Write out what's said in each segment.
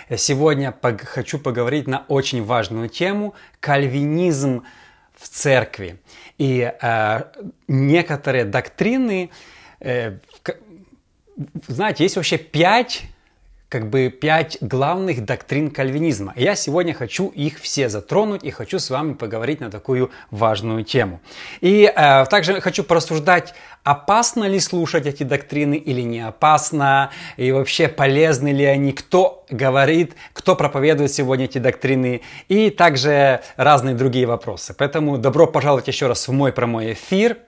Сегодня хочу поговорить на очень важную тему – кальвинизм в церкви. И некоторые доктрины, знаете, есть вообще пять главных доктрин кальвинизма. И я сегодня хочу их все затронуть и хочу с вами поговорить на такую важную тему. И также хочу порассуждать, опасно ли слушать эти доктрины или не опасно, и вообще полезны ли они, кто говорит, кто проповедует сегодня эти доктрины, и также разные другие вопросы. Поэтому добро пожаловать еще раз в мой прямой эфир,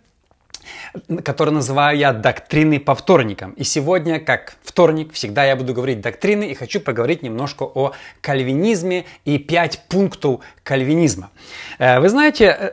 который называю я «Доктрины по вторникам». И сегодня, как вторник, всегда я буду говорить доктрины и хочу поговорить немножко о кальвинизме и 5 пунктов кальвинизма. Вы знаете,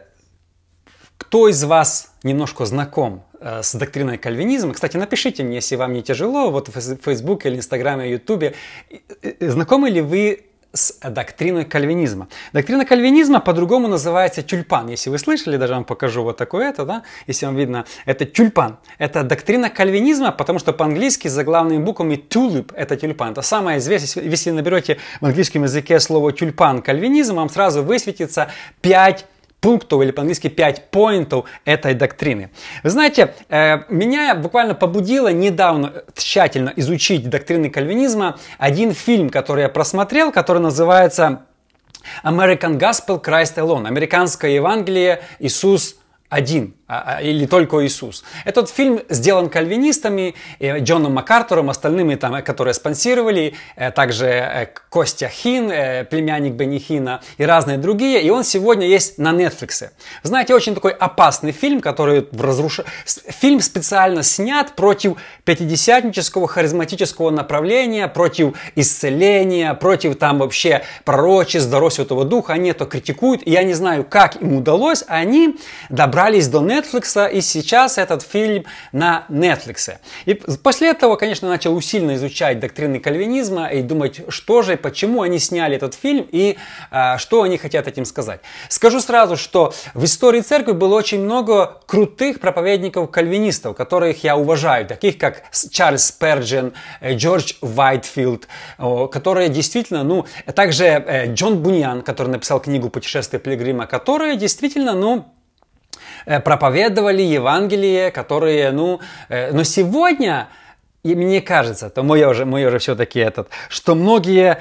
кто из вас немножко знаком с доктриной кальвинизма? Кстати, напишите мне, если вам не тяжело, вот в Фейсбуке или Инстаграме, Ютубе, знакомы ли вы с доктриной кальвинизма. Доктрина кальвинизма по-другому называется тюльпан. Если вы слышали, даже вам покажу вот такое да? Если вам видно, это тюльпан. Это доктрина кальвинизма, потому что по-английски за главными буквами tulip это тюльпан. Это самое известное, если наберете в английском языке слово тюльпан кальвинизм, вам сразу высветится 5 пунктов, или по-английски 5 поинтов этой доктрины. Вы знаете, меня буквально побудило недавно тщательно изучить доктрины кальвинизма один фильм, который я просмотрел, который называется American Gospel Christ Alone. Американское Евангелие Иисус один, или только Иисус. Этот фильм сделан кальвинистами, Джоном Макартуром, остальными, которые спонсировали, также Костя Хин, племянник Бенни Хина и разные другие. И он сегодня есть на Netflix. Знаете, очень такой опасный фильм, который Фильм специально снят против пятидесятнического харизматического направления, против исцеления, против вообще пророчеств, даров Святого Духа. Они это критикуют. И я не знаю, как им удалось. Они добрались до Netflix, и сейчас этот фильм на Netflix. И после этого, конечно, начал усиленно изучать доктрины кальвинизма и думать, что же, почему они сняли этот фильм и что они хотят этим сказать. Скажу сразу, что в истории церкви было очень много крутых проповедников-кальвинистов, которых я уважаю, таких как Чарльз Спurgeon, Джордж Уайтфилд, которые действительно, также Джон Буньян, который написал книгу «Путешествие пилигрима», которые действительно, проповедовали Евангелие, которые, но сегодня, и мне кажется, то мы уже все-таки что многие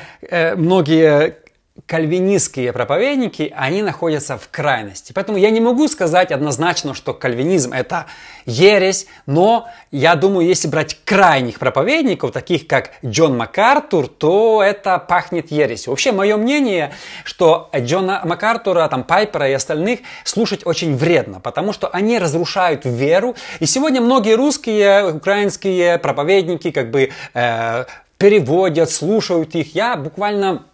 кальвинистские проповедники, они находятся в крайности. Поэтому я не могу сказать однозначно, что кальвинизм это ересь, но я думаю, если брать крайних проповедников, таких как Джон Макартур, то это пахнет ересью. Вообще, мое мнение, что Джона Макартура, Пайпера и остальных слушать очень вредно, потому что они разрушают веру. И сегодня многие русские, украинские проповедники переводят, слушают их. Я буквально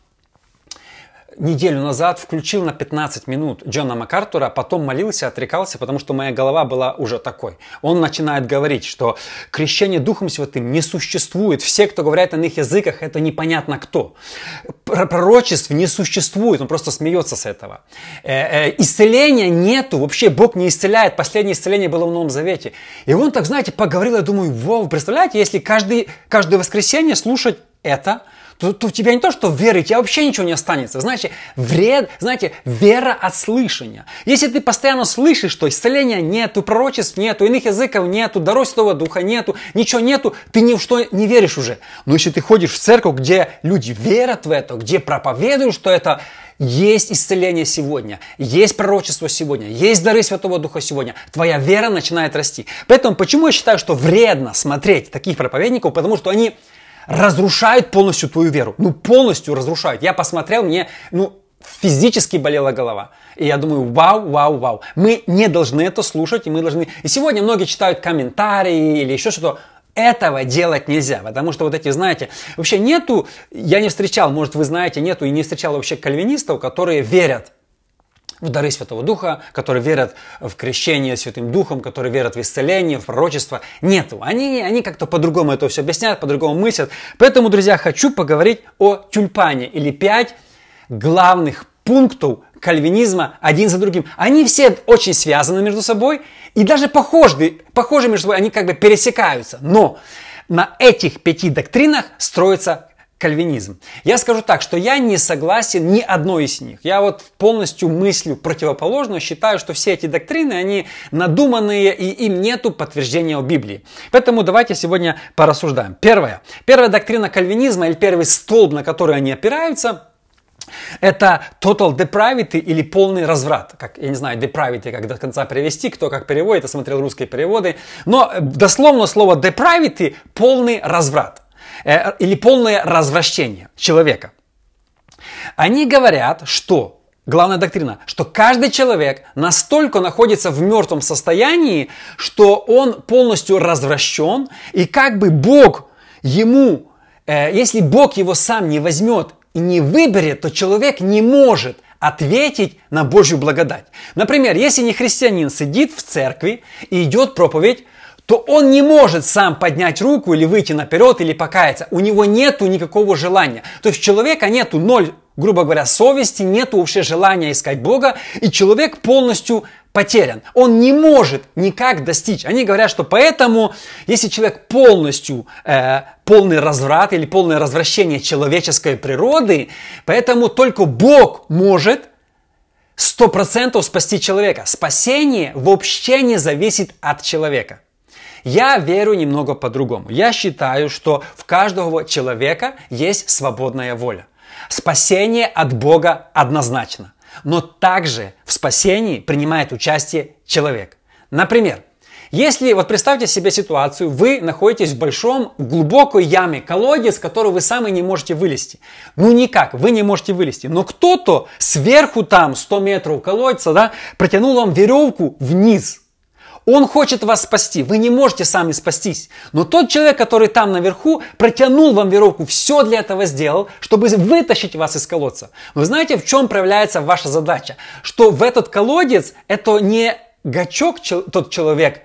неделю назад включил на 15 минут Джона Макартура, потом молился, отрекался, потому что моя голова была уже такой. Он начинает говорить, что крещение Духом Святым не существует. Все, кто говорят на иных языках, это непонятно кто. Пророчеств не существует, он просто смеется с этого. Исцеления нету, вообще Бог не исцеляет. Последнее исцеление было в Новом Завете. И он поговорил, я думаю, представляете, если каждое воскресенье слушать это, то у тебя не то, что веры, у тебя вообще ничего не останется. Знаете, вера от слышания. Если ты постоянно слышишь, что исцеления нету, пророчеств нету, иных языков нету, даров Святого Духа нету, ничего нету, ты ни в что не веришь уже. Но если ты ходишь в церковь, где люди верят в это, где проповедуют, что это есть исцеление сегодня, есть пророчество сегодня, есть дары Святого Духа сегодня, твоя вера начинает расти. Поэтому почему я считаю, что вредно смотреть таких проповедников, потому что они разрушают полностью твою веру. Полностью разрушают. Я посмотрел, мне, физически болела голова. И я думаю, вау. Мы не должны это слушать, И сегодня многие читают комментарии или еще что-то. Этого делать нельзя, потому что вообще нету, я не встречал, может вы знаете, нету и не встречал вообще кальвинистов, которые верят в дары Святого Духа, которые верят в крещение Святым Духом, которые верят в исцеление, в пророчество. Нету. Они как-то по-другому это все объясняют, по-другому мыслят. Поэтому, друзья, хочу поговорить о тюльпане или 5 главных пунктов кальвинизма один за другим. Они все очень связаны между собой и даже похожи между собой, они пересекаются. Но на этих 5 доктринах строится кальвинизм. Я скажу так, что я не согласен ни одной из них. Я вот полностью мыслю противоположно, считаю, что все эти доктрины, они надуманные и им нету подтверждения в Библии. Поэтому давайте сегодня порассуждаем. Первая доктрина кальвинизма или первый столб, на который они опираются, это total depravity или полный разврат. Как, я не знаю, depravity как до конца перевести, кто как переводит, я смотрел русские переводы. Но дословно слово depravity – полный разврат. Или полное развращение человека. Они говорят, что, главная доктрина, что каждый человек настолько находится в мертвом состоянии, что он полностью развращен, и как бы Бог ему, если Бог его сам не возьмет и не выберет, то человек не может ответить на Божью благодать. Например, если не христианин сидит в церкви и идет проповедь, то он не может сам поднять руку или выйти наперед или покаяться. У него нету никакого желания. То есть у человека нету ноль, грубо говоря, совести, нету вообще желания искать Бога, и человек полностью потерян. Он не может никак достичь. Они говорят, что поэтому, если человек полностью полный разврат или полное развращение человеческой природы, поэтому только Бог может 100% спасти человека. Спасение вообще не зависит от человека. Я верю немного по-другому. Я считаю, что в каждого человека есть свободная воля. Спасение от Бога однозначно. Но также в спасении принимает участие человек. Например, если, вот представьте себе ситуацию, вы находитесь в большом, глубокой яме, колодец, в который вы сами не можете вылезти. Ну никак, вы не можете вылезти. Но кто-то сверху там, 100 метров колодца, да, протянул вам веревку вниз. Он хочет вас спасти. Вы не можете сами спастись. Но тот человек, который там наверху, протянул вам веревку, все для этого сделал, чтобы вытащить вас из колодца. Вы знаете, в чем проявляется ваша задача? Что в этот колодец это не гачок тот человек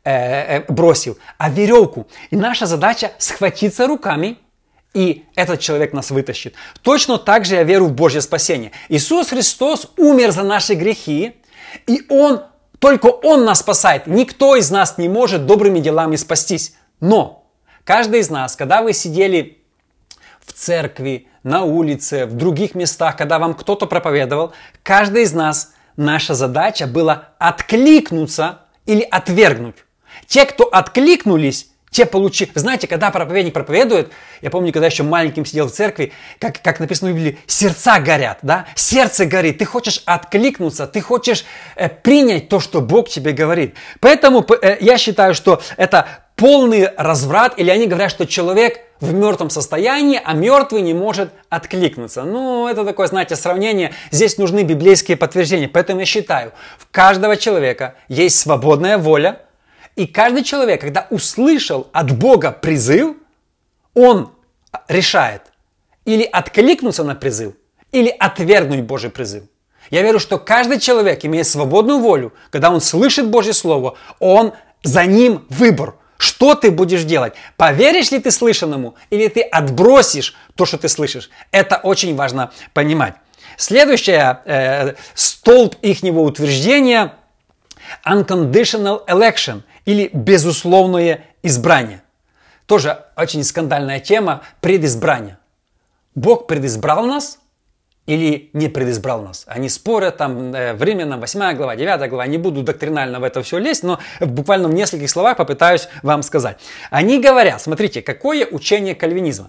бросил, а веревку. И наша задача схватиться руками, и этот человек нас вытащит. Точно так же я верю в Божье спасение. Иисус Христос умер за наши грехи, и только Он нас спасает. Никто из нас не может добрыми делами спастись. Но каждый из нас, когда вы сидели в церкви, на улице, в других местах, когда вам кто-то проповедовал, каждый из нас, наша задача была откликнуться или отвергнуть. Те, кто откликнулись, те получили. Знаете, когда проповедник проповедует, я помню, когда еще маленьким сидел в церкви, как написано в Библии, сердца горят, да? Сердце горит, ты хочешь откликнуться, ты хочешь принять то, что Бог тебе говорит. Поэтому я считаю, что это полный разврат, или они говорят, что человек в мертвом состоянии, а мертвый не может откликнуться. Ну, это такое, знаете, сравнение. Здесь нужны библейские подтверждения. Поэтому я считаю, в каждого человека есть свободная воля, и каждый человек, когда услышал от Бога призыв, он решает или откликнуться на призыв, или отвергнуть Божий призыв. Я верю, что каждый человек имеет свободную волю, когда он слышит Божье Слово, за ним выбор. Что ты будешь делать? Поверишь ли ты слышанному, или ты отбросишь то, что ты слышишь? Это очень важно понимать. Следующее, столб ихнего утверждения – unconditional election, или безусловное избрание. Тоже очень скандальная тема – предизбрание. Бог предизбрал нас или не предизбрал нас? Они спорят, там в Римлянам 8 глава, 9 глава, не буду доктринально в это все лезть, но буквально в нескольких словах попытаюсь вам сказать. Они говорят, смотрите, какое учение кальвинизма?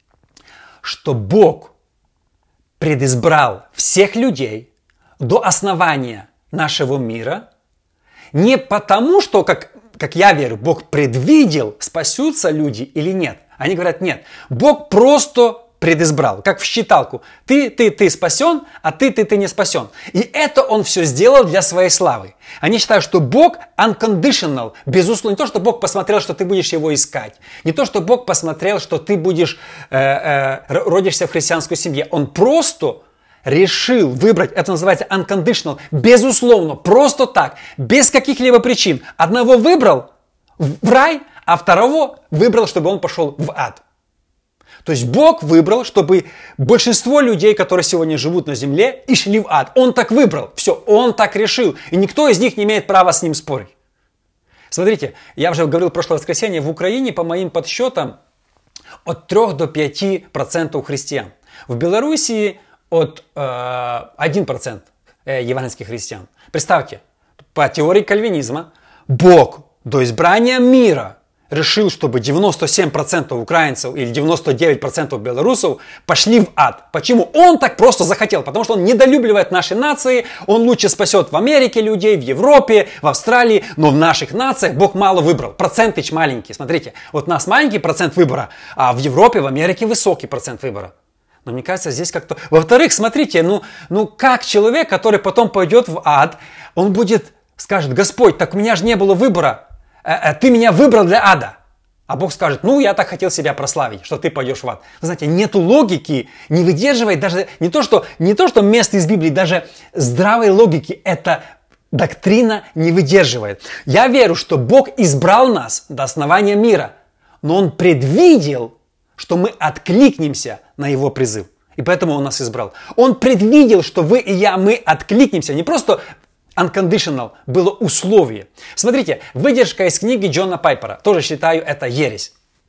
Что Бог предизбрал всех людей до основания нашего мира, не потому, что, как я верю, Бог предвидел, спасутся люди или нет. Они говорят, нет, Бог просто предизбрал, как в считалку. Ты спасен, а ты не спасен. И это Он все сделал для своей славы. Они считают, что Бог unconditional, безусловно, не то, что Бог посмотрел, что ты будешь Его искать, не то, что Бог посмотрел, что ты будешь родишься в христианской семье. Он просто решил выбрать, это называется unconditional, безусловно, просто так, без каких-либо причин. Одного выбрал в рай, а второго выбрал, чтобы он пошел в ад. То есть Бог выбрал, чтобы большинство людей, которые сегодня живут на земле, и шли в ад. Он так выбрал, все, Он так решил, и никто из них не имеет права с ним спорить. Смотрите, я уже говорил в прошлое воскресенье, в Украине, по моим подсчетам, от 3 до 5% христиан. В Белоруссии от 1% евангельских христиан. Представьте, по теории кальвинизма Бог до избрания мира решил, чтобы 97% украинцев или 99% белорусов пошли в ад. Почему? Он так просто захотел, потому что он недолюбливает наши нации, он лучше спасет в Америке людей, в Европе, в Австралии, но в наших нациях Бог мало выбрал. Процентыч маленький. Смотрите, вот у нас маленький процент выбора, а в Европе, в Америке высокий процент выбора. Но мне кажется, здесь как-то... Во-вторых, смотрите, ну как человек, который потом пойдет в ад, он скажет: Господь, так у меня же не было выбора. Ты меня выбрал для ада. А Бог скажет: ну, я так хотел себя прославить, что ты пойдешь в ад. Вы знаете, нету логики, не выдерживает даже не то, что место из Библии, даже здравой логики эта доктрина не выдерживает. Я верю, что Бог избрал нас до основания мира, но Он предвидел, что мы откликнемся на Его призыв. И поэтому Он нас избрал. Он предвидел, что вы и я, мы откликнемся. Не просто unconditional, было условие. Смотрите, выдержка из книги Джона Пайпера. Тоже считаю, это ересь.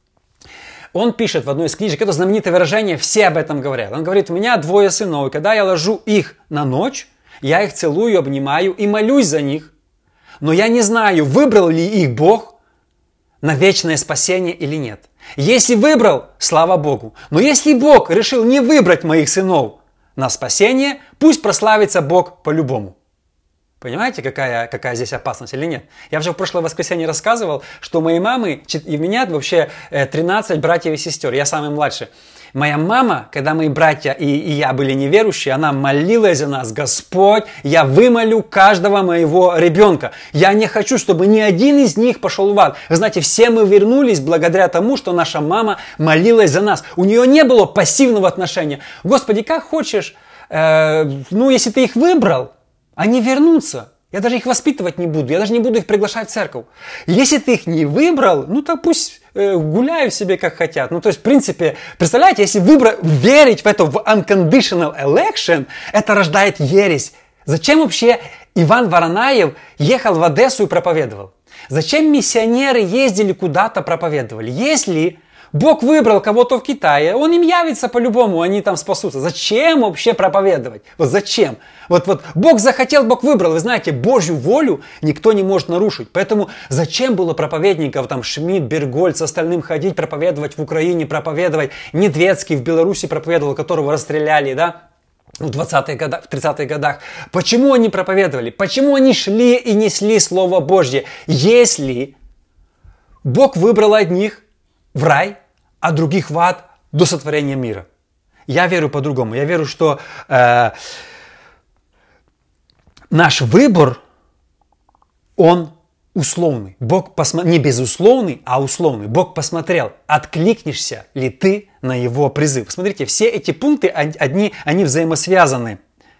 Он пишет в одной из книжек, это знаменитое выражение, все об этом говорят. Он говорит: у меня 2 сынов, и когда я ложу их на ночь, я их целую, обнимаю и молюсь за них. Но я не знаю, выбрал ли их Бог на вечное спасение или нет. Если выбрал, слава Богу. Но если Бог решил не выбрать моих сынов на спасение, пусть прославится Бог по-любому. Понимаете, какая здесь опасность или нет? Я уже в прошлое воскресенье рассказывал, что у моей мамы и у меня вообще 13 братьев и сестер. Я самый младший. Моя мама, когда мои братья и я были неверующие, она молилась за нас: Господь, я вымолю каждого моего ребенка. Я не хочу, чтобы ни один из них пошел в ад. Вы знаете, все мы вернулись благодаря тому, что наша мама молилась за нас. У нее не было пассивного отношения. Господи, как хочешь, если ты их выбрал, они вернутся. Я даже их воспитывать не буду. Я даже не буду их приглашать в церковь. Если ты их не выбрал, то пусть гуляют себе как хотят. То есть, в принципе, представляете, если верить в это, в unconditional election, это рождает ересь. Зачем вообще Иван Воронаев ехал в Одессу и проповедовал? Зачем миссионеры ездили куда-то, проповедовали? Если Бог выбрал кого-то в Китае, Он им явится по-любому, они там спасутся. Зачем вообще проповедовать? Вот зачем? Вот Бог захотел, Бог выбрал. Вы знаете, Божью волю никто не может нарушить. Поэтому зачем было проповедников, Шмидт, Бергольц, остальным ходить, проповедовать в Украине, проповедовать? Недведский в Беларуси проповедовал, которого расстреляли, в 20-е годах, в 30-х годах. Почему они проповедовали? Почему они шли и несли Слово Божье? Если Бог выбрал одних в рай, а других в ад до сотворения мира. Я верю по-другому. Я верю, что наш выбор, он условный. Бог не безусловный, а условный. Бог посмотрел, откликнешься ли ты на Его призыв. Смотрите, все эти пункты, они взаимосвязаны.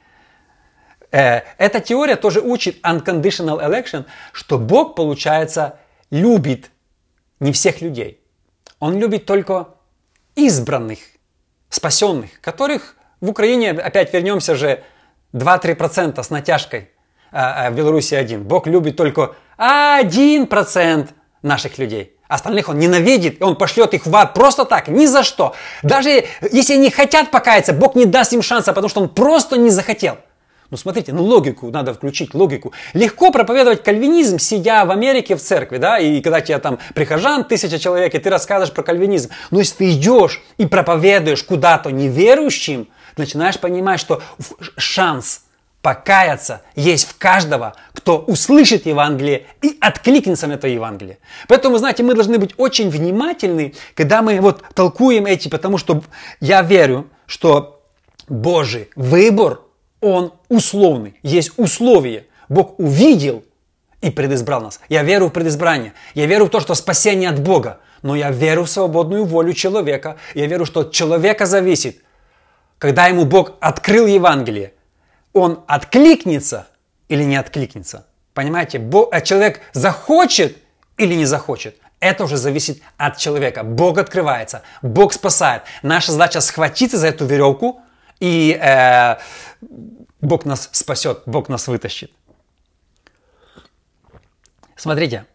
Эта теория тоже учит unconditional election, что Бог, получается, любит не всех людей. Он любит только избранных, спасенных, которых в Украине, опять вернемся же, 2-3% с натяжкой, а в Беларуси 1%. Бог любит только 1% наших людей. Остальных Он ненавидит, и Он пошлет их в ад просто так, ни за что. Даже если они хотят покаяться, Бог не даст им шанса, потому что Он просто не захотел. Смотрите, логику надо включить, логику. Легко проповедовать кальвинизм, сидя в Америке в церкви, и когда тебе там прихожан 1000 человек, и ты рассказываешь про кальвинизм. Но если ты идешь и проповедуешь куда-то неверующим, начинаешь понимать, что шанс покаяться есть в каждого, кто услышит Евангелие и откликнется на это Евангелие. Поэтому, знаете, мы должны быть очень внимательны, когда мы толкуем эти, потому что я верю, что Божий выбор, он условный, есть условия. Бог увидел и предизбрал нас. Я верю в предизбрание. Я верю в то, что спасение от Бога. Но я верю в свободную волю человека. Я верю, что от человека зависит. Когда ему Бог открыл Евангелие, он откликнется или не откликнется. Понимаете? Человек захочет или не захочет. Это уже зависит от человека. Бог открывается, Бог спасает. Наша задача схватиться за эту веревку, и Бог нас спасет, Бог нас вытащит. Смотрите,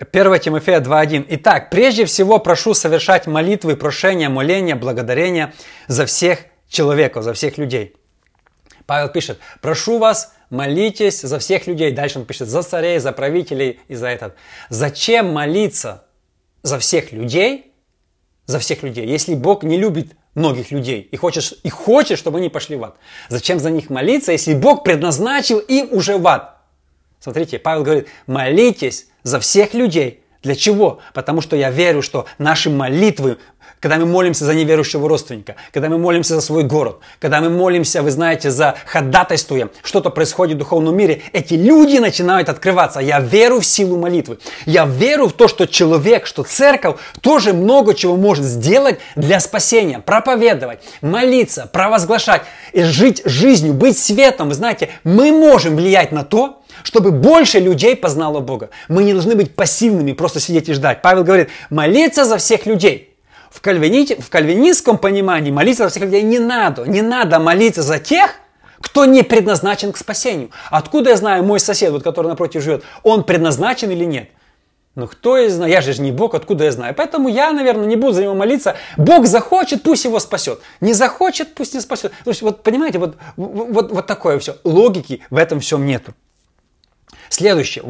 1 Тимофея 2:1. Итак, прежде всего прошу совершать молитвы, прошения, моления, благодарения за всех человеков, за всех людей. Павел пишет: прошу вас, молитесь за всех людей. Дальше он пишет: за царей, за правителей и за этот. Зачем молиться за всех людей, если Бог не любит многих людей и хочет, чтобы они пошли в ад? Зачем за них молиться, если Бог предназначил им уже в ад? Смотрите, Павел говорит: молитесь за всех людей. Для чего? Потому что я верю, что наши молитвы, когда мы молимся за неверующего родственника, когда мы молимся за свой город, когда мы молимся, вы знаете, за ходатайствуем, что-то происходит в духовном мире, эти люди начинают открываться. Я верю в силу молитвы. Я верю в то, что человек, что церковь тоже много чего может сделать для спасения. Проповедовать, молиться, провозглашать, жить жизнью, быть светом. Вы знаете, мы можем влиять на то, чтобы больше людей познало Бога. Мы не должны быть пассивными, просто сидеть и ждать. Павел говорит: молиться за всех людей. В кальвинистском понимании молиться за всех людей не надо. Не надо молиться за тех, кто не предназначен к спасению. Откуда я знаю, мой сосед, вот, который напротив живет, он предназначен или нет? Ну кто я знаю? Я же не Бог, откуда я знаю? Поэтому я, наверное, не буду за него молиться. Бог захочет, пусть его спасет. Не захочет, пусть не спасет. То есть, вот понимаете, вот такое все. Логики в этом всем нету. Следующее,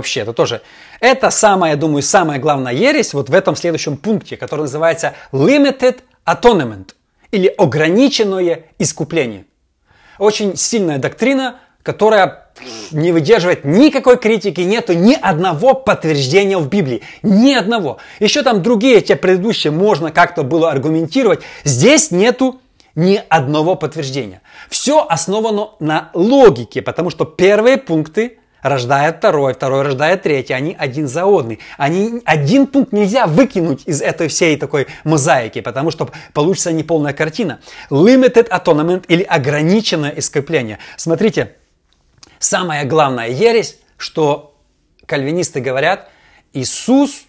это самая, я думаю, самая главная ересь вот в этом следующем пункте, который называется limited atonement, или ограниченное искупление. Очень сильная доктрина, которая не выдерживает никакой критики, нету ни одного подтверждения в Библии, ни одного. Еще там другие, те предыдущие, можно как-то было аргументировать, здесь нету ни одного подтверждения. Все основано на логике, потому что первые пункты рождает второй рождает третий, они однозаодны. Один пункт нельзя выкинуть из этой всей такой мозаики, потому что получится неполная картина. Limited atonement, или ограниченное искупление. Смотрите, самая главная ересь, что кальвинисты говорят: Иисус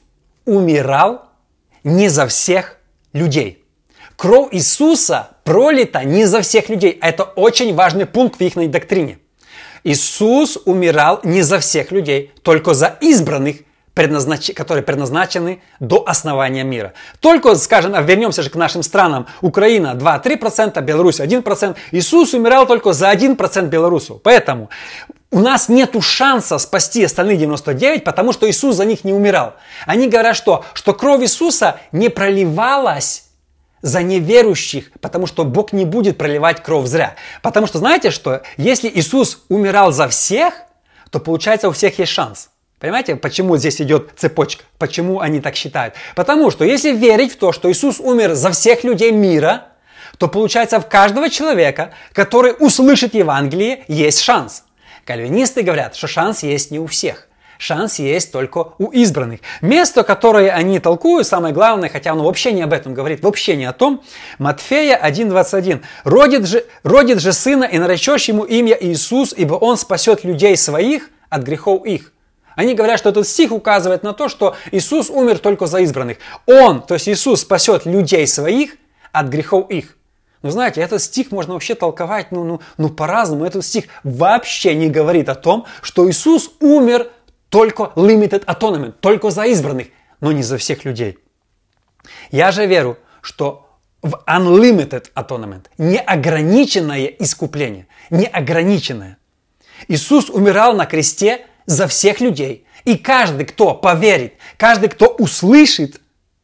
умирал не за всех людей. Кровь Иисуса пролита не за всех людей. Это очень важный пункт в их доктрине. Иисус умирал не за всех людей, только за избранных, которые предназначены до основания мира. Только, скажем, вернемся же к нашим странам. Украина 2-3%, Беларусь 1%. Иисус умирал только за 1% белорусов. Поэтому у нас нет шанса спасти остальные 99%, потому что Иисус за них не умирал. Они говорят, что кровь Иисуса не проливалась за неверующих, потому что Бог не будет проливать кровь зря. Потому что знаете, что если Иисус умирал за всех, то получается у всех есть шанс. Понимаете, почему здесь идет цепочка? Почему они так считают? Потому что если верить в то, что Иисус умер за всех людей мира, то получается в каждого человека, который услышит Евангелие, есть шанс. Кальвинисты говорят, что шанс есть не у всех. Шанс есть только у избранных. Место, которое они толкуют, самое главное, хотя оно вообще не об этом говорит, вообще не о том, Матфея 1:21. «Родит же сына, и наречешь ему имя Иисус, ибо он спасет людей своих от грехов их». Они говорят, что этот стих указывает на то, что Иисус умер только за избранных. Он, то есть Иисус, спасет людей своих от грехов их. Ну, знаете, этот стих можно вообще толковать по-разному. Этот стих вообще не говорит о том, что Иисус умер только limited atonement, только за избранных, но не за всех людей. Я же верю, что в unlimited atonement, неограниченное искупление, неограниченное. Иисус умирал на кресте за всех людей. И каждый, кто поверит, каждый, кто услышит,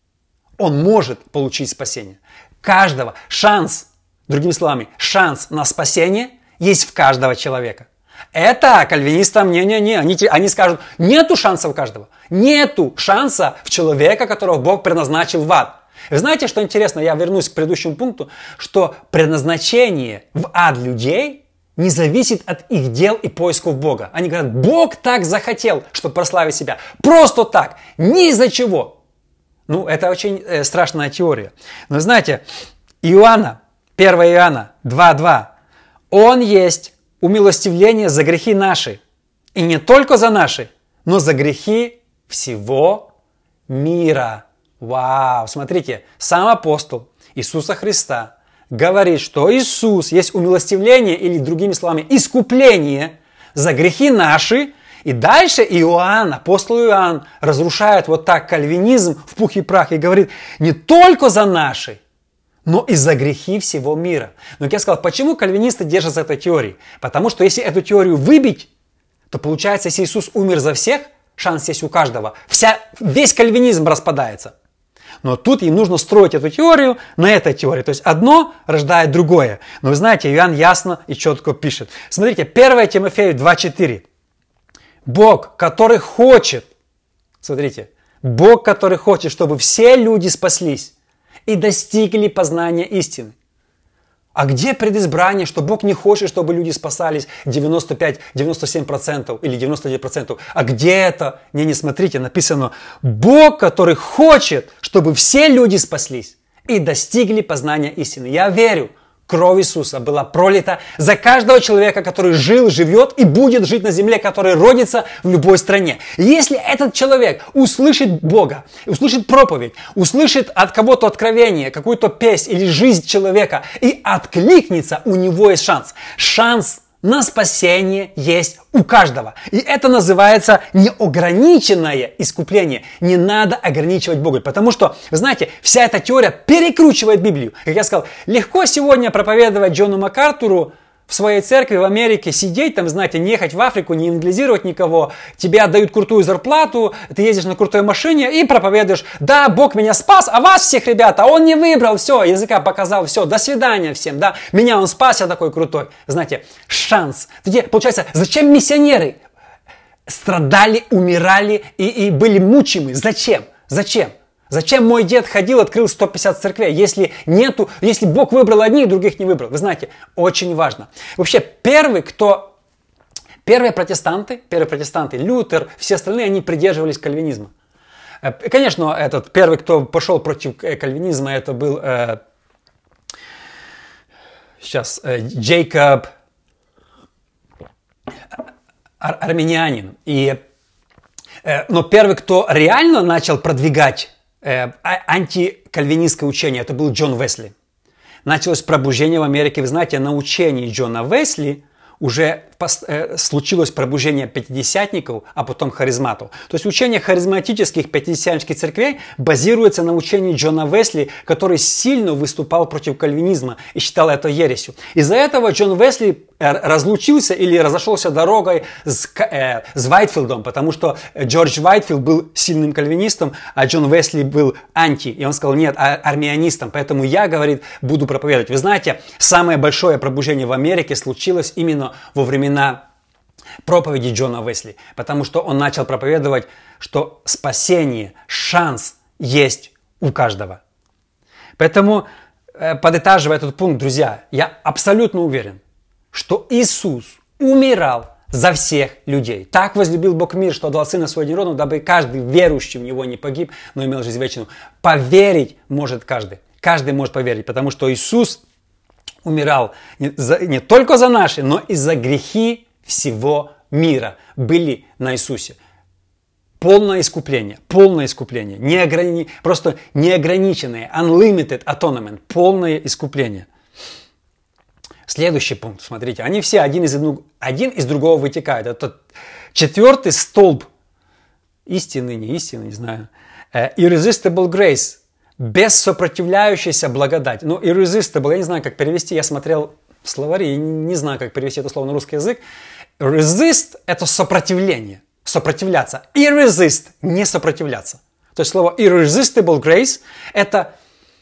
он может получить спасение. Каждого шанс, другими словами, шанс на спасение есть в каждого человека. Это кальвинистам не-не-не. Они скажут, нету шанса у каждого. Нету шанса в человека, которого Бог предназначил в ад. Вы знаете, что интересно? Я вернусь к предыдущему пункту, что предназначение в ад людей не зависит от их дел и поисков Бога. Они говорят, Бог так захотел, чтобы прославить себя. Просто так, ни из-за чего. Ну, это очень страшная теория. Но знаете, 1 Иоанна 2:2, Он есть умилостивление за грехи наши. И не только за наши, но за грехи всего мира. Вау! Смотрите, сам апостол Иисуса Христа говорит, что Иисус есть умилостивление, или другими словами, искупление за грехи наши И дальше Иоанн, апостол Иоанн, разрушает вот так кальвинизм в пух и прах и говорит, не только за наши, но и за грехи всего мира. Но как я сказал, почему кальвинисты держатся этой теории? Потому что если эту теорию выбить, то получается, если Иисус умер за всех, шанс есть у каждого. Весь кальвинизм распадается. Но тут им нужно строить эту теорию на этой теории. То есть одно рождает другое. Но вы знаете, Иоанн ясно и четко пишет. Смотрите, 1 Тимофею 2:4. Бог, который хочет, смотрите, Бог, который хочет, чтобы все люди спаслись и достигли познания истины. А где предизбрание, что Бог не хочет, чтобы люди спасались 95-97% или 99%? А где это? Не смотрите, написано, Бог, который хочет, чтобы все люди спаслись и достигли познания истины. Я верю, кровь Иисуса была пролита за каждого человека, который жил, живет и будет жить на земле, который родится в любой стране. И если этот человек услышит Бога, услышит проповедь, услышит от кого-то откровение, какую-то песнь или жизнь человека и откликнется, у него есть шанс. Шанс на спасение есть у каждого. И это называется неограниченное искупление. Не надо ограничивать Бога. Потому что, вы знаете, вся эта теория перекручивает Библию. Как я сказал, легко сегодня проповедовать Джону МакАртуру в своей церкви в Америке, сидеть там, знаете, не ехать в Африку, не евангелизировать никого, тебе отдают крутую зарплату, ты ездишь на крутой машине и проповедуешь, да, Бог меня спас, а вас всех, ребята, Он не выбрал, все, языка показал, все, до свидания всем, да, меня Он спас, я такой крутой. Знаете, шанс. Тоді, получается, зачем миссионеры страдали, умирали и были мучимы? Зачем? Зачем? Зачем мой дед ходил, открыл 150 церквей, если Бог выбрал одних, других не выбрал? Вы знаете, очень важно. Вообще, первые протестанты, Лютер, все остальные, они придерживались кальвинизма. Конечно, первый, кто пошел против кальвинизма, это был Джейкоб Арминианин. Но первый, кто реально начал продвигать антикальвинистское учение, это был Джон Уэсли. Началось пробуждение в Америке. Вы знаете, на учении Джона Уэсли уже случилось пробуждение пятидесятников, а потом харизматов. То есть учение харизматических пятидесятнических церквей базируется на учении Джона Уэсли, который сильно выступал против кальвинизма и считал это ересью. Из-за этого Джон Уэсли разлучился или разошелся дорогой с Вайтфилдом, потому что Джордж Вайтфилд был сильным кальвинистом, а Джон Уэсли был анти. И он сказал, нет, армианистом. Поэтому я, говорит, буду проповедовать. Вы знаете, самое большое пробуждение в Америке случилось именно во времена проповеди Джона Уэсли, потому что он начал проповедовать, что спасение, шанс есть у каждого. Поэтому, подытаживая этот пункт, друзья, я абсолютно уверен, что Иисус умирал за всех людей. Так возлюбил Бог мир, что отдал Сына Своего Единородного, дабы каждый верующий в Него не погиб, но имел жизнь вечную. Поверить может каждый. Каждый может поверить, потому что Иисус умирал не только за наши, но и за грехи всего мира были на Иисусе. Полное искупление, просто неограниченное, unlimited atonement, полное искупление. Следующий пункт, смотрите, они все один из другого вытекают. Это четвертый столб истины, не знаю. Irresistible grace. Бессопротивляющаяся благодать. Ну, irresistible, я не знаю, как перевести. Я смотрел в словаре и не знаю, как перевести это слово на русский язык. Resist – это сопротивление, сопротивляться. Irresist – не сопротивляться. То есть слово irresistible grace – это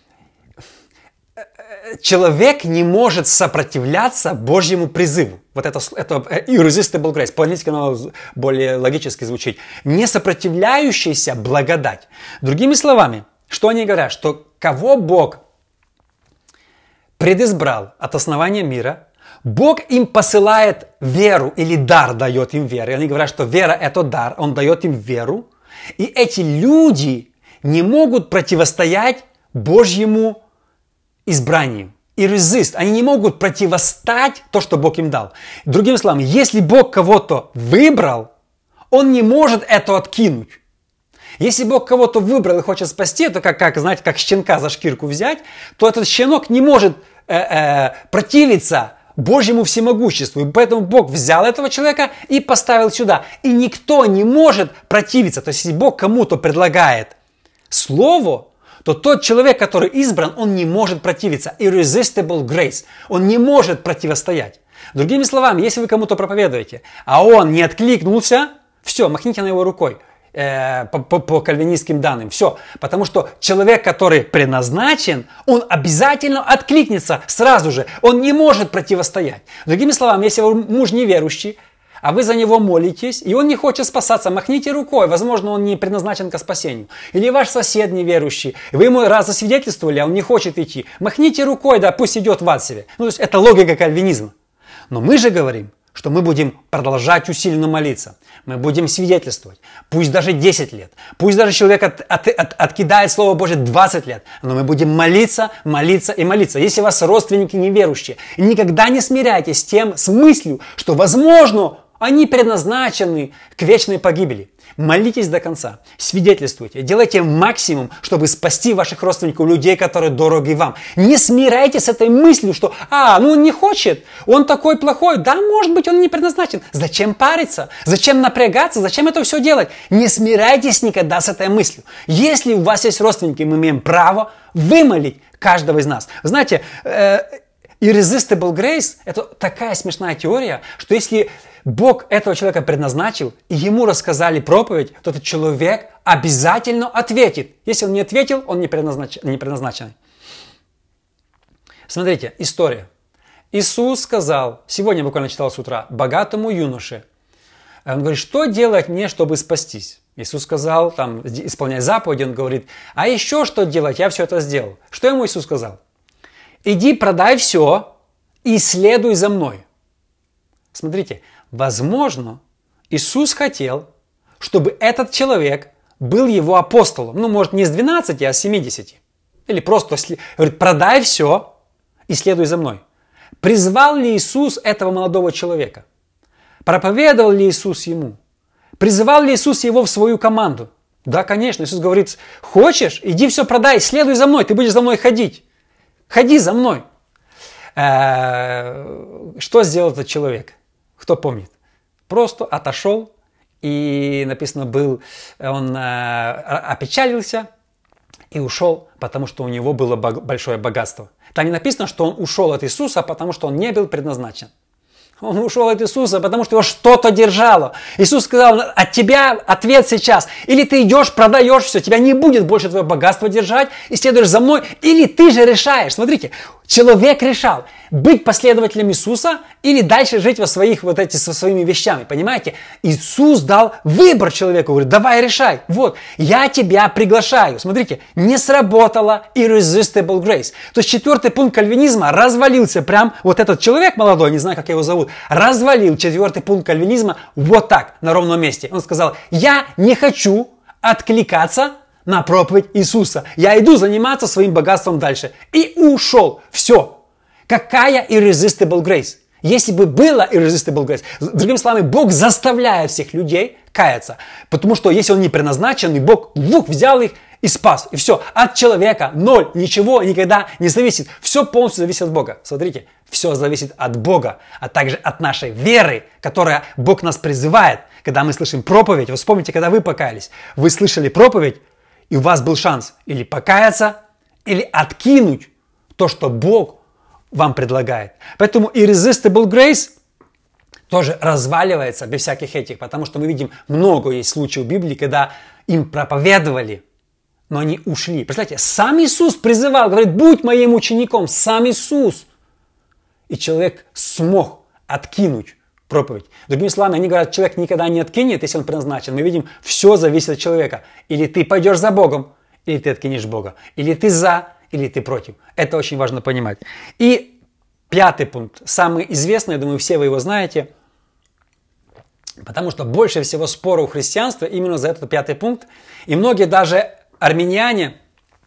человек не может сопротивляться Божьему призыву. Вот это irresistible grace. По-английски оно более логически звучит. Не сопротивляющаяся благодать. Другими словами, что они говорят? Что кого Бог предизбрал от основания мира, Бог им посылает веру или дар дает им веру. И они говорят, что вера – это дар, Он дает им веру. И эти люди не могут противостоять Божьему избранию. И resist. Они не могут противостать то, что Бог им дал. Другими словами, если Бог кого-то выбрал, Он не может это откинуть. Если Бог кого-то выбрал и хочет спасти, это как щенка за шкирку взять, то этот щенок не может противиться Божьему всемогуществу. И поэтому Бог взял этого человека и поставил сюда. И никто не может противиться. То есть, если Бог кому-то предлагает слово, то тот человек, который избран, он не может противиться. Irresistible grace. Он не может противостоять. Другими словами, если вы кому-то проповедуете, а он не откликнулся, все, махните на его рукой. По кальвинистским данным. Все. Потому что человек, который предназначен, он обязательно откликнется сразу же. Он не может противостоять. Другими словами, если муж неверующий, а вы за него молитесь, и он не хочет спасаться, махните рукой. Возможно, он не предназначен к спасению. Или ваш сосед неверующий, вы ему раз засвидетельствовали, а он не хочет идти. Махните рукой, да пусть идет в ад себе. Ну, то есть это логика кальвинизма. Но мы же говорим, что мы будем продолжать усиленно молиться. Мы будем свидетельствовать. Пусть даже 10 лет. Пусть даже человек откидает Слово Божие 20 лет. Но мы будем молиться, молиться и молиться. Если у вас родственники неверующие, никогда не смиряйтесь с мыслью, что, возможно, они предназначены к вечной погибели. Молитесь до конца, свидетельствуйте, делайте максимум, чтобы спасти ваших родственников, людей, которые дороги вам. Не смиряйтесь с этой мыслью, что, он не хочет, он такой плохой, да, может быть, он не предназначен. Зачем париться? Зачем напрягаться? Зачем это все делать? Не смиряйтесь никогда с этой мыслью. Если у вас есть родственники, мы имеем право вымолить каждого из нас. Вы знаете, Irresistible Grace – это такая смешная теория, что если Бог этого человека предназначил, и ему рассказали проповедь, то этот человек обязательно ответит. Если он не ответил, он не предназначен. Смотрите, история. Иисус сказал, сегодня буквально читал с утра, богатому юноше. Он говорит, что делать мне, чтобы спастись? Иисус сказал, исполняя заповеди, он говорит, а еще что делать? Я все это сделал. Что ему Иисус сказал? Иди, продай все и следуй за мной. Смотрите, возможно, Иисус хотел, чтобы этот человек был его апостолом. Ну, может, не с 12, а с 70. Или просто говорит, продай все и следуй за мной. Призвал ли Иисус этого молодого человека? Проповедовал ли Иисус ему? Призывал ли Иисус его в свою команду? Да, конечно. Иисус говорит, хочешь, иди все продай, следуй за мной, ты будешь за мной ходить. Ходи за мной. Что сделал этот человек? Кто помнит? Просто отошел, и написано он опечалился и ушел, потому что у него было большое богатство. Там не написано, что он ушел от Иисуса, потому что он не был предназначен. Он ушел от Иисуса, потому что его что-то держало. Иисус сказал, от тебя ответ сейчас. Или ты идешь, продаешь все, тебя не будет больше твое богатство держать, и следуешь за мной, или ты же решаешь. Смотрите, человек решал, быть последователем Иисуса или дальше жить со своими вещами. Понимаете? Иисус дал выбор человеку, говорит, давай решай. Вот, я тебя приглашаю. Смотрите, не сработала Irresistible Grace. То есть 4-й пункт кальвинизма развалился прям, вот этот человек молодой, не знаю, как его зовут, развалил 4-й пункт кальвинизма вот так, на ровном месте. Он сказал, я не хочу откликаться на проповедь Иисуса. Я иду заниматься своим богатством дальше. И ушел. Все. Какая Irresistible Grace? Если бы было Irresistible Grace, другими словами, Бог заставляет всех людей каяться. Потому что если он не предназначен, Бог взял их и спас. И все. От человека ноль, ничего никогда не зависит. Все полностью зависит от Бога. Смотрите, все зависит от Бога, а также от нашей веры, которая Бог нас призывает. Когда мы слышим проповедь, вы вспомните, когда вы покаялись, вы слышали проповедь, и у вас был шанс или покаяться, или откинуть то, что Бог вам предлагает. Поэтому Irresistible Grace тоже разваливается без всяких этих, потому что мы видим, много есть случаев в Библии, когда им проповедовали, но они ушли. Представляете, сам Иисус призывал, говорит, будь моим учеником, сам Иисус. И человек смог откинуть проповедь. Другими словами, они говорят, человек никогда не откинет, если он предназначен. Мы видим, все зависит от человека. Или ты пойдешь за Богом, или ты откинешь Бога. Или ты за, или ты против. Это очень важно понимать. И 5-й пункт, самый известный, я думаю, все вы его знаете, потому что больше всего споров у христианства именно за этот 5-й пункт. И многие даже армяне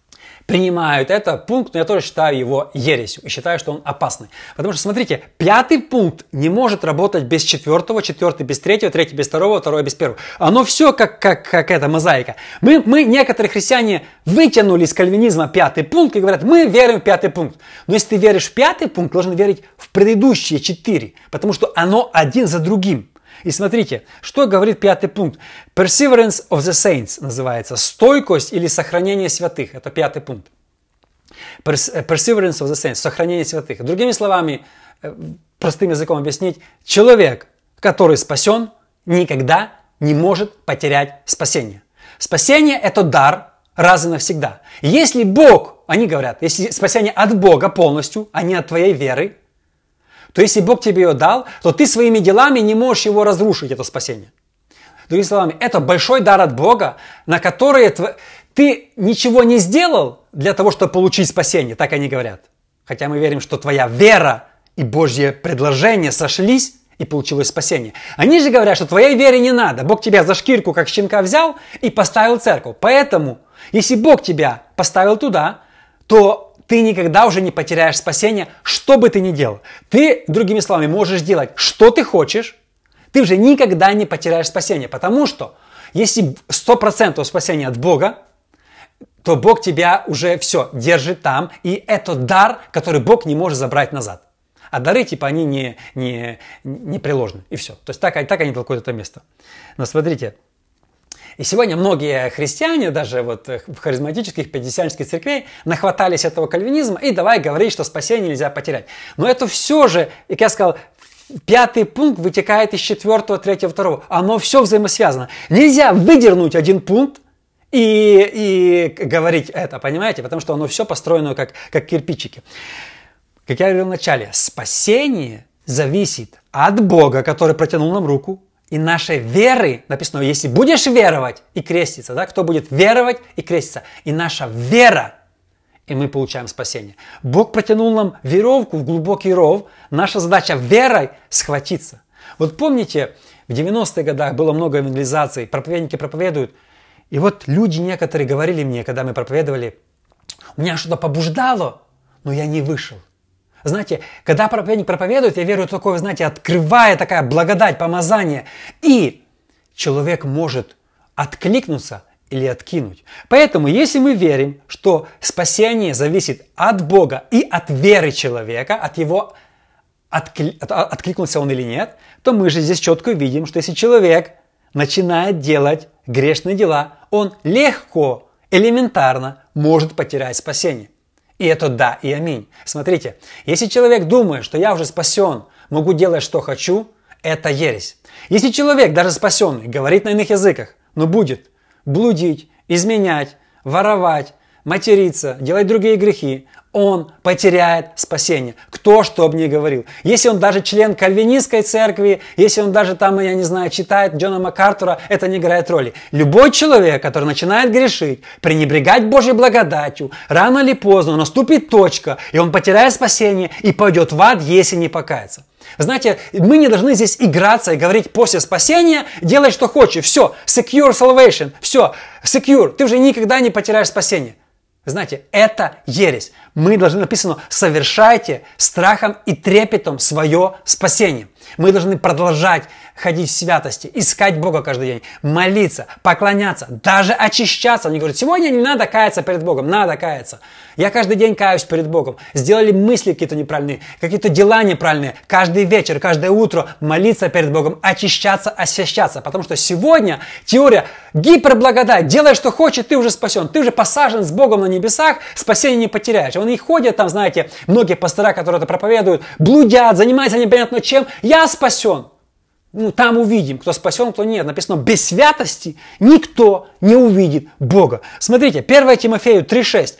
принимают этот пункт, но я тоже считаю его ересью и считаю, что он опасный. Потому что, смотрите, 5 пункт не может работать без 4, 4 без 3, 3 без 2, 2 без 1. Оно все как эта мозаика. Мы, некоторые христиане, вытянули из кальвинизма 5 пункт и говорят, мы верим в 5 пункт. Но если ты веришь в 5 пункт, должен верить в предыдущие 4, потому что оно один за другим. И смотрите, что говорит 5 пункт. Perseverance of the saints называется. Стойкость или сохранение святых. Это 5 пункт. Perseverance of the saints. Сохранение святых. Другими словами, простым языком объяснить. Человек, который спасен, никогда не может потерять спасение. Спасение – это дар раз и навсегда. Если Бог, они говорят, если спасение от Бога полностью, а не от твоей веры, то если Бог тебе ее дал, то ты своими делами не можешь его разрушить, это спасение. Другими словами, это большой дар от Бога, на который ты ничего не сделал для того, чтобы получить спасение, так они говорят. Хотя мы верим, что твоя вера и Божье предложение сошлись, и получилось спасение. Они же говорят, что твоей вере не надо. Бог тебя за шкирку, как щенка, взял и поставил в церковь. Поэтому, если Бог тебя поставил туда, то ты никогда уже не потеряешь спасение, что бы ты ни делал. Ты, другими словами, можешь делать, что ты хочешь, ты уже никогда не потеряешь спасение. Потому что, если 100% спасения от Бога, то Бог тебя уже все держит там, и это дар, который Бог не может забрать назад. А дары, типа, они не приложены, и все. То есть так они толкуют это место. Но смотрите, и сегодня многие христиане, даже вот в харизматических, пятидесятнических церквей, нахватались этого кальвинизма и давай говорить, что спасение нельзя потерять. Но это все же, как я сказал, 5 пункт вытекает из 4, 3, 2. Оно все взаимосвязано. Нельзя выдернуть один пункт и говорить это, понимаете? Потому что оно все построено как кирпичики. Как я говорил в начале, спасение зависит от Бога, который протянул нам руку, и нашей веры, написано, если будешь веровать и креститься, да, кто будет веровать и креститься, и наша вера, и мы получаем спасение. Бог протянул нам веревку в глубокий ров, наша задача верой схватиться. Вот помните, в 90-х годах было много евангелизаций, проповедники проповедуют, и вот люди некоторые говорили мне, когда мы проповедовали, меня что-то побуждало, но я не вышел. Знаете, когда проповедник проповедует, я верю, такое, знаете, открывая такая благодать, помазание, и человек может откликнуться или откинуть. Поэтому, если мы верим, что спасение зависит от Бога и от веры человека, от его откликнулся он или нет, то мы же здесь четко видим, что если человек начинает делать грешные дела, он легко, элементарно может потерять спасение. И это да и аминь. Смотрите, если человек думает, что я уже спасен, могу делать, что хочу, это ересь. Если человек, даже спасенный, говорит на иных языках, но будет блудить, изменять, воровать, материться, делать другие грехи, он потеряет спасение. Кто что бы ни говорил. Если он даже член кальвинистской церкви, если он даже там, я не знаю, читает Джона МакАртура, это не играет роли. Любой человек, который начинает грешить, пренебрегать Божьей благодатью, рано или поздно наступит точка, и он потеряет спасение и пойдет в ад, если не покается. Знаете, мы не должны здесь играться и говорить после спасения, делай что хочешь, все, secure salvation, все, secure, ты уже никогда не потеряешь спасение. Знаете, это ересь. Мы должны, написано, совершайте страхом и трепетом свое спасение. Мы должны продолжать ходить в святости, искать Бога каждый день, молиться, поклоняться, даже очищаться. Они говорят, сегодня не надо каяться перед Богом, надо каяться. Я каждый день каюсь перед Богом. Сделали мысли какие-то неправильные, какие-то дела неправильные. Каждый вечер, каждое утро молиться перед Богом, очищаться, освящаться. Потому что сегодня теория гиперблагодать. Делай, что хочешь, ты уже спасен. Ты уже посажен с Богом на небесах, спасение не потеряешь. Они ходят там, знаете, многие пастора, которые это проповедуют, блудят, занимаются непонятно чем. Я спасен. Ну, там увидим, кто спасен, кто нет. Написано, без святости никто не увидит Бога. Смотрите, 1 Тимофею 3,6.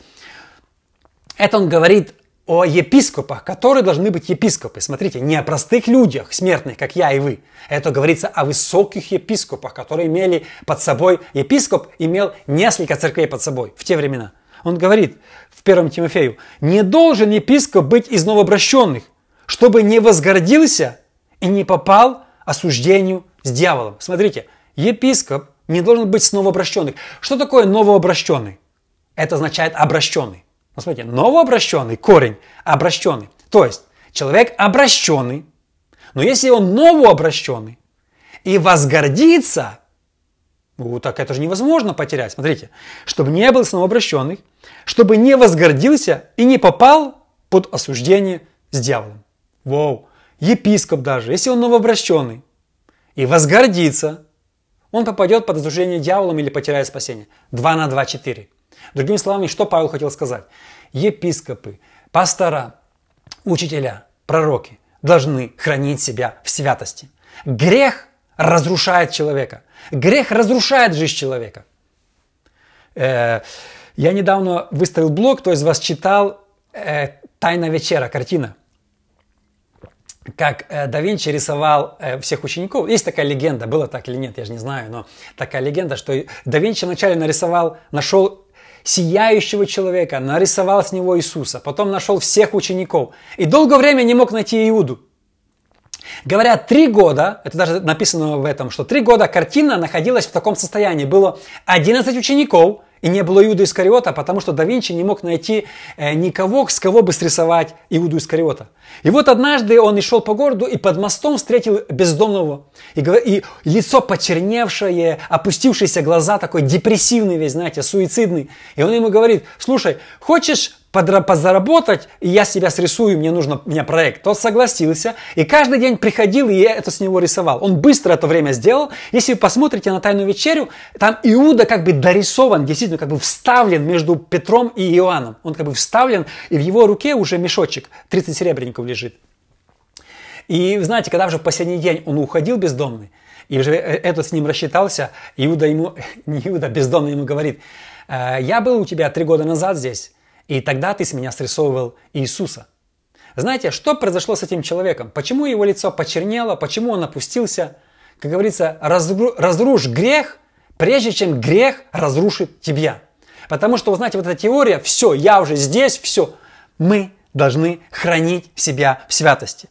Это он говорит о епископах, которые должны быть епископы. Смотрите, не о простых людях, смертных, как я и вы. Это говорится о высоких епископах, которые имели под собой, епископ имел несколько церквей под собой в те времена. Он говорит в 1 Тимофею, не должен епископ быть из новообращенных, чтобы не возгордился и не попал осуждению с дьяволом. Смотрите, епископ не должен быть с новообращенных. Что такое новообращенный? это означает обращенный. Смотрите, новообращенный, корень обращенный. То есть человек обращенный, но если он новообращенный и возгордится, так это же невозможно потерять. Смотрите, чтобы не был новообращенный, чтобы не возгордился и не попал под осуждение с дьяволом. Епископ даже, если он новообращенный и возгордится, он попадет под осуждение дьяволом или потеряет спасение. 2 на 2 – 4. Другими словами, что Павел хотел сказать? Епископы, пастора, учителя, пророки должны хранить себя в святости. Грех разрушает человека. Грех разрушает жизнь человека. Я недавно выставил блог, кто из вас читал «Тайна вечера», картина. Как да Винчи рисовал всех учеников. Есть такая легенда, было так или нет, я же не знаю, но такая легенда, что да Винчи вначале нашел сияющего человека, нарисовал с него Иисуса, потом нашел всех учеников и долгое время не мог найти Иуду. Говорят, 3 года, это даже написано в этом, что 3 года картина находилась в таком состоянии. Было 11 учеников, и не было Иуды Искариота, потому что да Винчи не мог найти никого, с кого бы срисовать Иуду Искариота. И вот однажды он шел по городу и под мостом встретил бездомного. И лицо почерневшее, опустившиеся глаза, такой депрессивный весь, знаете, суицидный. И он ему говорит: слушай, хочешь подзаработать, и я себя срисую, у меня проект. Тот согласился, и каждый день приходил, и я это с него рисовал. Он быстро это время сделал. Если вы посмотрите на «Тайную вечерю», там Иуда как бы дорисован, действительно как бы вставлен между Петром и Иоанном. Он как бы вставлен, и в его руке уже мешочек, 30 серебряников лежит. И знаете, когда уже в последний день он уходил бездомный, и уже этот с ним рассчитался, Иуда бездомный ему говорит: я был у тебя 3 года назад здесь, и тогда ты с меня срисовывал Иисуса. Знаете, что произошло с этим человеком? Почему его лицо почернело? Почему он опустился? Как говорится, разрушь грех, прежде чем грех разрушит тебя. Потому что, вы знаете, вот эта теория, все, я уже здесь, все. Мы должны хранить себя в святости.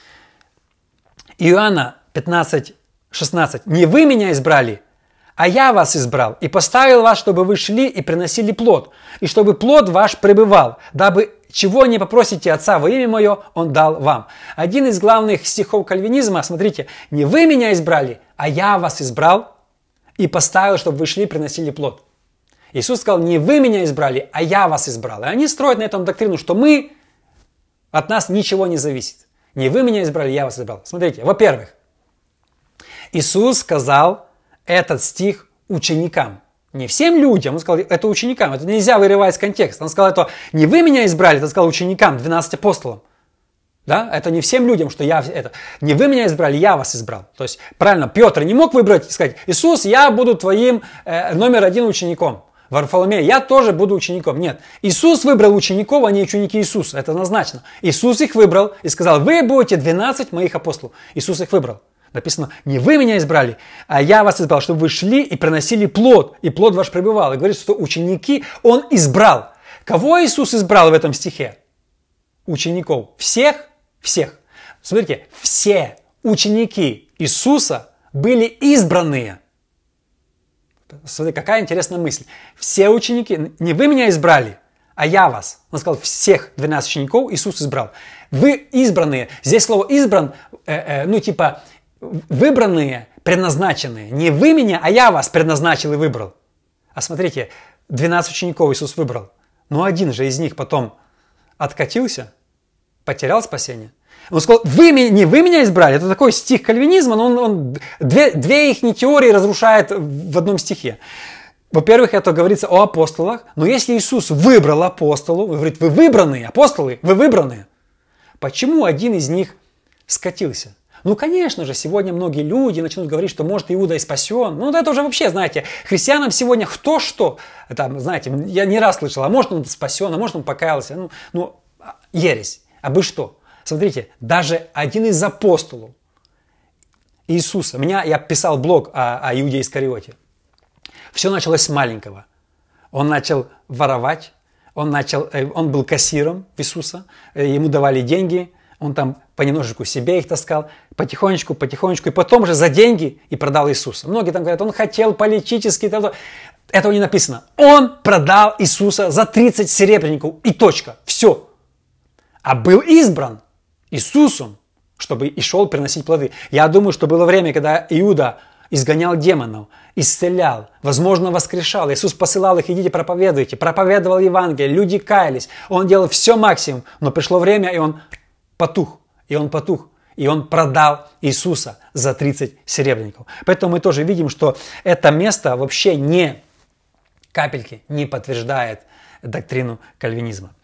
Иоанна 15:16. Не вы меня избрали, а я вас избрал и поставил вас, чтобы вы шли и приносили плод, и чтобы плод ваш пребывал, дабы чего не попросите Отца во имя Мое, Он дал вам. Один из главных стихов кальвинизма, смотрите, не вы меня избрали, а я вас избрал и поставил, чтобы вы шли и приносили плод. Иисус сказал: не вы меня избрали, а я вас избрал. И они строят на этом доктрину, что от нас ничего не зависит. Не вы меня избрали, я вас избрал. Смотрите, во-первых, Иисус сказал этот стих ученикам. Не всем людям, он сказал это ученикам. Это нельзя вырывать из контекста. Он сказал это не вы меня избрали, это сказал ученикам, 12 апостолам. Да? Это не всем людям, что не вы меня избрали, я вас избрал. То есть, правильно, Петр не мог выбрать и сказать: Иисус, я буду твоим номер 1 учеником. Варфоломей, я тоже буду учеником. Нет, Иисус выбрал учеников, а не ученики Иисуса. Это однозначно. Иисус их выбрал и сказал: вы будете 12 моих апостолов. Иисус их выбрал. Написано: не вы меня избрали, а я вас избрал, чтобы вы шли и приносили плод, и плод ваш пребывал. И говорит, что ученики Он избрал. Кого Иисус избрал в этом стихе? Учеников. Всех? Всех. Смотрите, все ученики Иисуса были избранные. Смотрите, какая интересная мысль. Все ученики, не вы меня избрали, а я вас. Он сказал, всех 12 учеников Иисус избрал. Вы избранные. Здесь слово избран, выбранные, предназначенные. Не вы меня, а я вас предназначил и выбрал. А смотрите, 12 учеников Иисус выбрал. Но один же из них потом откатился, потерял спасение. Он сказал, не вы меня избрали. Это такой стих кальвинизма, но он две их теории разрушает в одном стихе. Во-первых, это говорится о апостолах. Но если Иисус выбрал апостолов, он говорит, вы выбранные, апостолы, вы выбранные. Почему один из них скатился? Ну, конечно же, сегодня многие люди начнут говорить, что, может, Иуда и спасен. Ну, это уже вообще, знаете, христианам сегодня кто что. Там, знаете, я не раз слышал, а может, он спасен, а может, он покаялся. Ересь. А вы что? Смотрите, даже один из апостолов Иисуса, я писал блог о Иуде Искариоте. Все началось с маленького. Он начал воровать, он был кассиром Иисуса, ему давали деньги, он там понемножечку себе их таскал, потихонечку, и потом же за деньги и продал Иисуса. Многие там говорят, он хотел политически. Этого не написано. Он продал Иисуса за 30 серебряников и точка. Все. А был избран Иисусом, чтобы и шел приносить плоды. Я думаю, что было время, когда Иуда изгонял демонов, исцелял, возможно, воскрешал. Иисус посылал их: идите, проповедуйте. Проповедовал Евангелие, люди каялись. Он делал все максимум, но пришло время, и он потух. И он продал Иисуса за 30 серебряников. Поэтому мы тоже видим, что это место вообще не капельки не подтверждает доктрину кальвинизма.